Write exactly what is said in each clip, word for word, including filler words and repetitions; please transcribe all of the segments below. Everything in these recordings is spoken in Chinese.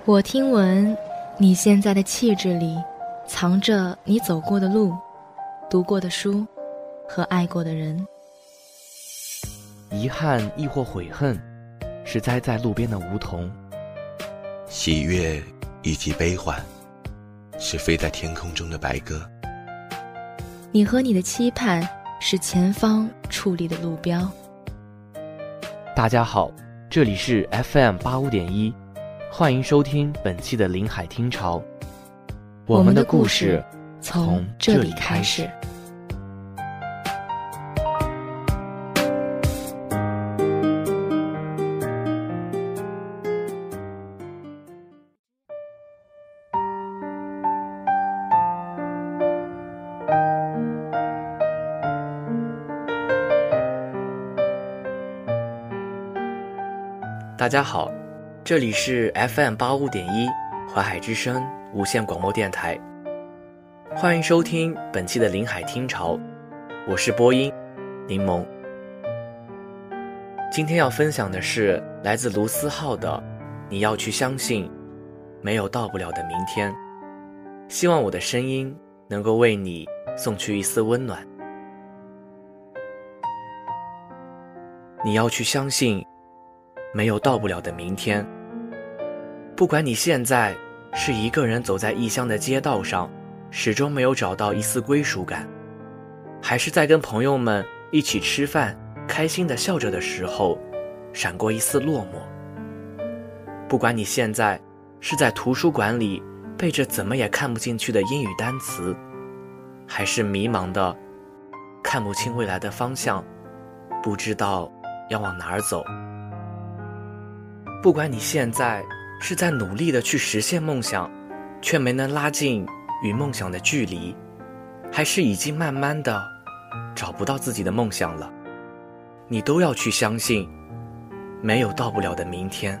我听闻你现在的气质里藏着你走过的路，读过的书和爱过的人。 遗憾亦或悔恨，是栽在路边的梧桐； 喜悦以及悲欢，是飞在天空中的白鸽。 你和你的期盼，是前方矗立的路标。 大家好，这里是 F M 八五点一，欢迎收听本期的临海听潮。我们的故事从这里开始。大家好，这里是 F M 八五点一淮海之声无线广播电台，欢迎收听本期的临海听潮，我是播音柠檬。今天要分享的是来自卢思浩的你要去相信没有到不了的明天，希望我的声音能够为你送去一丝温暖。你要去相信没有到不了的明天，不管你现在是一个人走在异乡的街道上，始终没有找到一丝归属感，还是在跟朋友们一起吃饭，开心地笑着的时候，闪过一丝落寞。不管你现在是在图书馆里背着怎么也看不进去的英语单词，还是迷茫的看不清未来的方向，不知道要往哪儿走。不管你现在是在努力的去实现梦想，却没能拉近与梦想的距离，还是已经慢慢的找不到自己的梦想了，你都要去相信没有到不了的明天。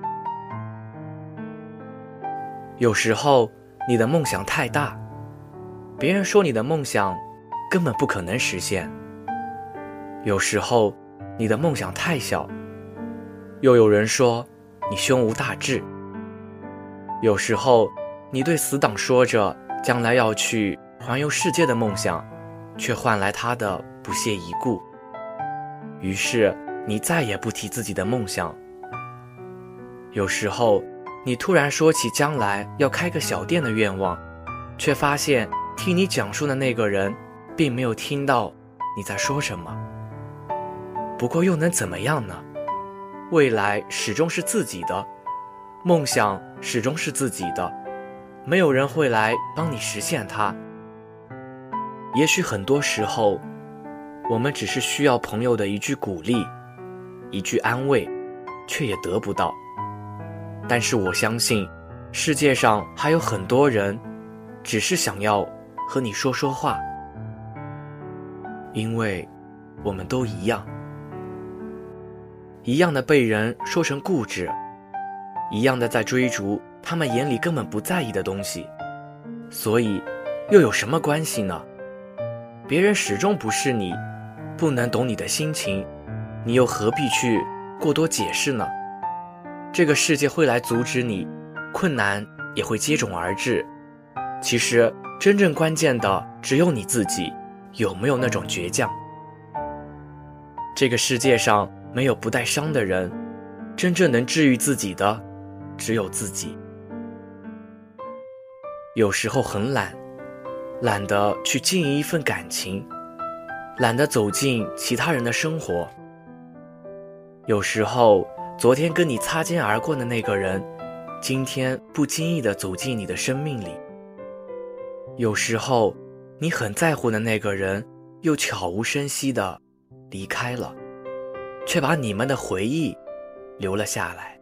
有时候你的梦想太大，别人说你的梦想根本不可能实现；有时候你的梦想太小，又有人说你胸无大志；有时候你对死党说着将来要去环游世界的梦想，却换来他的不屑一顾，于是你再也不提自己的梦想。有时候你突然说起将来要开个小店的愿望，却发现听你讲述的那个人并没有听到你在说什么。不过又能怎么样呢？未来始终是自己的，梦想始终是自己的，没有人会来帮你实现它。也许很多时候，我们只是需要朋友的一句鼓励，一句安慰，却也得不到。但是我相信，世界上还有很多人，只是想要和你说说话，因为我们都一样。一样的被人说成固执，一样的在追逐他们眼里根本不在意的东西，所以又有什么关系呢？别人始终不是你，不能懂你的心情，你又何必去过多解释呢？这个世界会来阻止你，困难也会接踵而至。其实真正关键的只有你自己，有没有那种倔强。这个世界上没有不带伤的人，真正能治愈自己的只有自己。有时候很懒，懒得去经营一份感情，懒得走进其他人的生活。有时候昨天跟你擦肩而过的那个人，今天不经意地走进你的生命里。有时候你很在乎的那个人，又悄无声息地离开了，却把你们的回忆留了下来。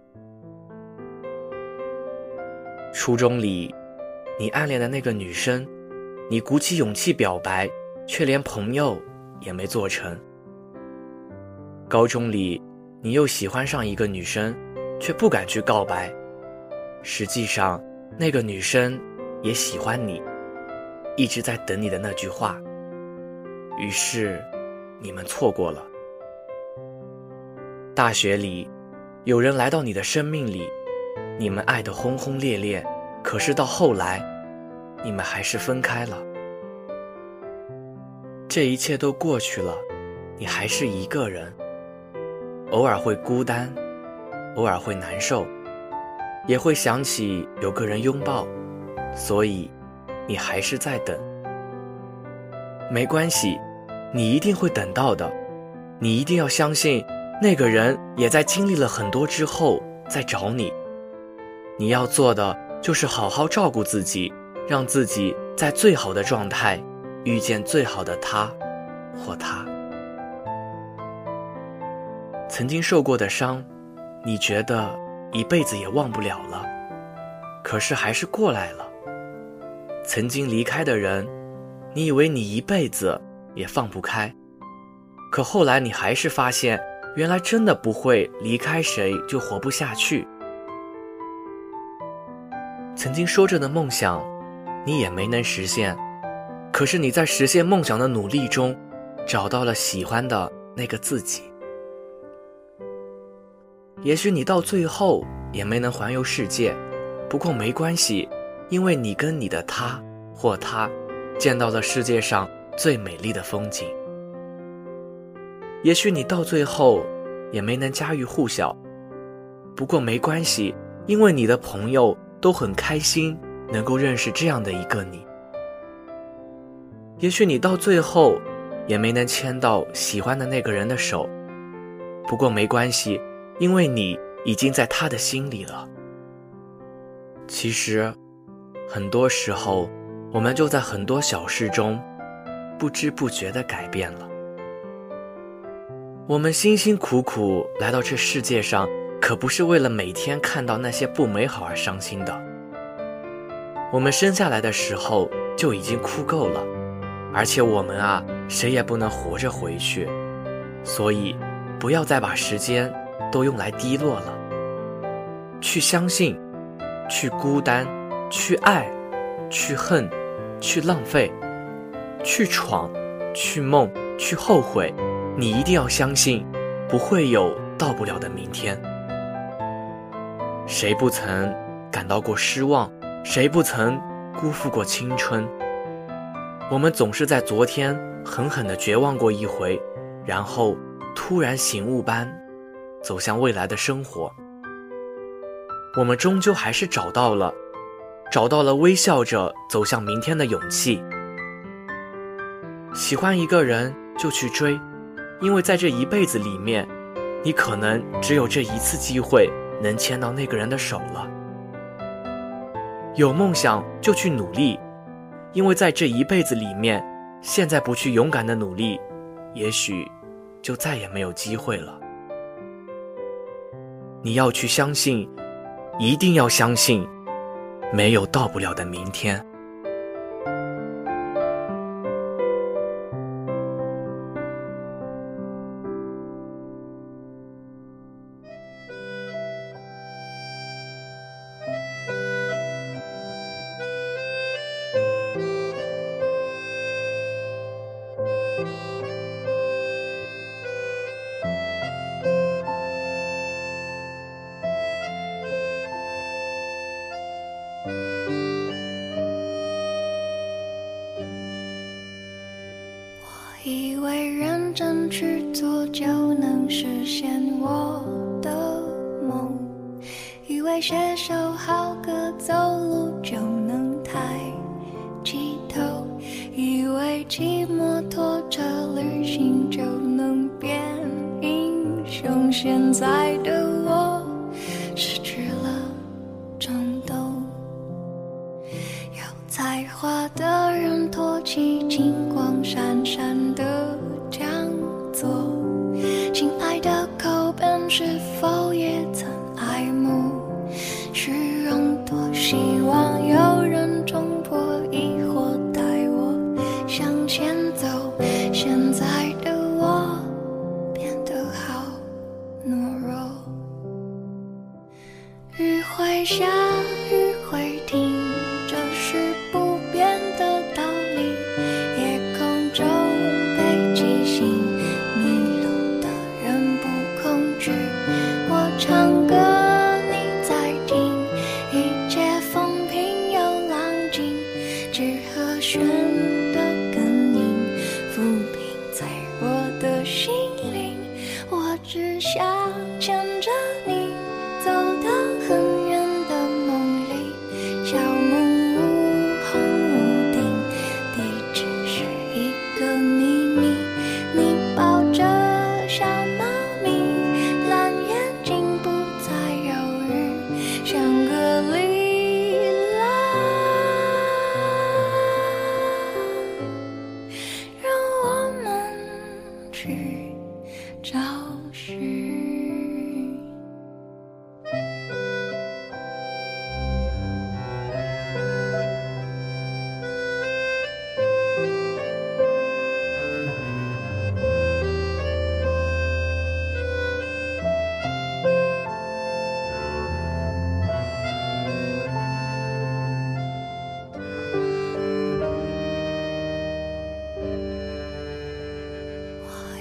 初中里你暗恋的那个女生，你鼓起勇气表白，却连朋友也没做成。高中里你又喜欢上一个女生，却不敢去告白，实际上那个女生也喜欢你，一直在等你的那句话，于是你们错过了。大学里有人来到你的生命里， 你们爱得轰轰烈烈，可是到后来，你们还是分开了。这一切都过去了，你还是一个人，偶尔会孤单，偶尔会难受，也会想起有个人拥抱，所以你还是在等。没关系，你一定会等到的，你一定要相信那个人也在经历了很多之后在找你。你要做的就是好好照顾自己，让自己在最好的状态遇见最好的他或他。曾经受过的伤，你觉得一辈子也忘不了了，可是还是过来了。曾经离开的人，你以为你一辈子也放不开，可后来你还是发现，原来真的不会离开谁就活不下去。曾经说着的梦想，你也没能实现，可是你在实现梦想的努力中，找到了喜欢的那个自己。也许你到最后也没能环游世界，不过没关系，因为你跟你的他或他见到了世界上最美丽的风景。也许你到最后也没能家喻户晓，不过没关系，因为你的朋友都很开心能够认识这样的一个你。也许你到最后也没能牵到喜欢的那个人的手，不过没关系，因为你已经在他的心里了。其实很多时候我们就在很多小事中不知不觉地改变了。我们辛辛苦苦来到这世界上，可不是为了每天看到那些不美好而伤心的。我们生下来的时候就已经哭够了，而且我们啊，谁也不能活着回去，所以不要再把时间都用来低落了。去相信，去孤单，去爱，去恨，去浪费，去闯，去梦，去后悔，你一定要相信，不会有到不了的明天。谁不曾感到过失望？谁不曾辜负过青春？我们总是在昨天狠狠地绝望过一回，然后突然醒悟般走向未来的生活。我们终究还是找到了，找到了微笑着走向明天的勇气。喜欢一个人就去追，因为在这一辈子里面，你可能只有这一次机会能牵到那个人的手了。有梦想就去努力，因为在这一辈子里面，现在不去勇敢的努力，也许就再也没有机会了。你要去相信，一定要相信，没有到不了的明天。 以为认真去做就能实现我的梦，以为写首好歌走路就能抬起头，以为骑摩托车旅行就能变英雄，现在的我失去了冲动。有才华的人托起金光闪闪的讲座，亲爱的口本是否也曾爱慕虚荣？多希望有人冲破疑惑带我向前走，现在的我变得好懦弱。雨会下，雨会停，这是不变的道理。夜空中北极星，迷路的人不恐惧。我唱歌你在听，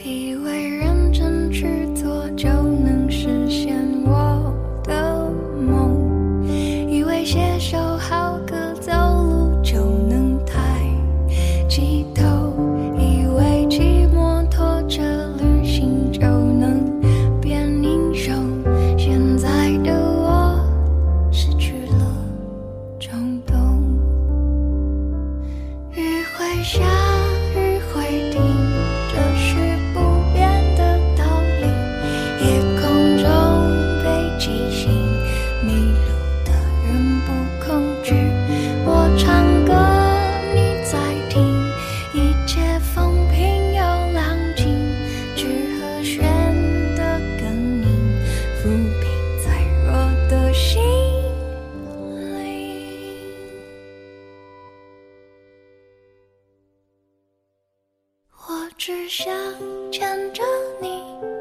以为认真去做就能实现我的梦，以为写首好歌走路就能抬起头，以为骑摩托车旅行就能变英雄，现在的我失去了冲动。雨会下，雨会停，这是不变的道理。夜空中北极星，迷路的人不恐惧。我唱歌你在听，一切风平又浪静，只和弦的根音，抚平再弱的心灵。我只想牵着你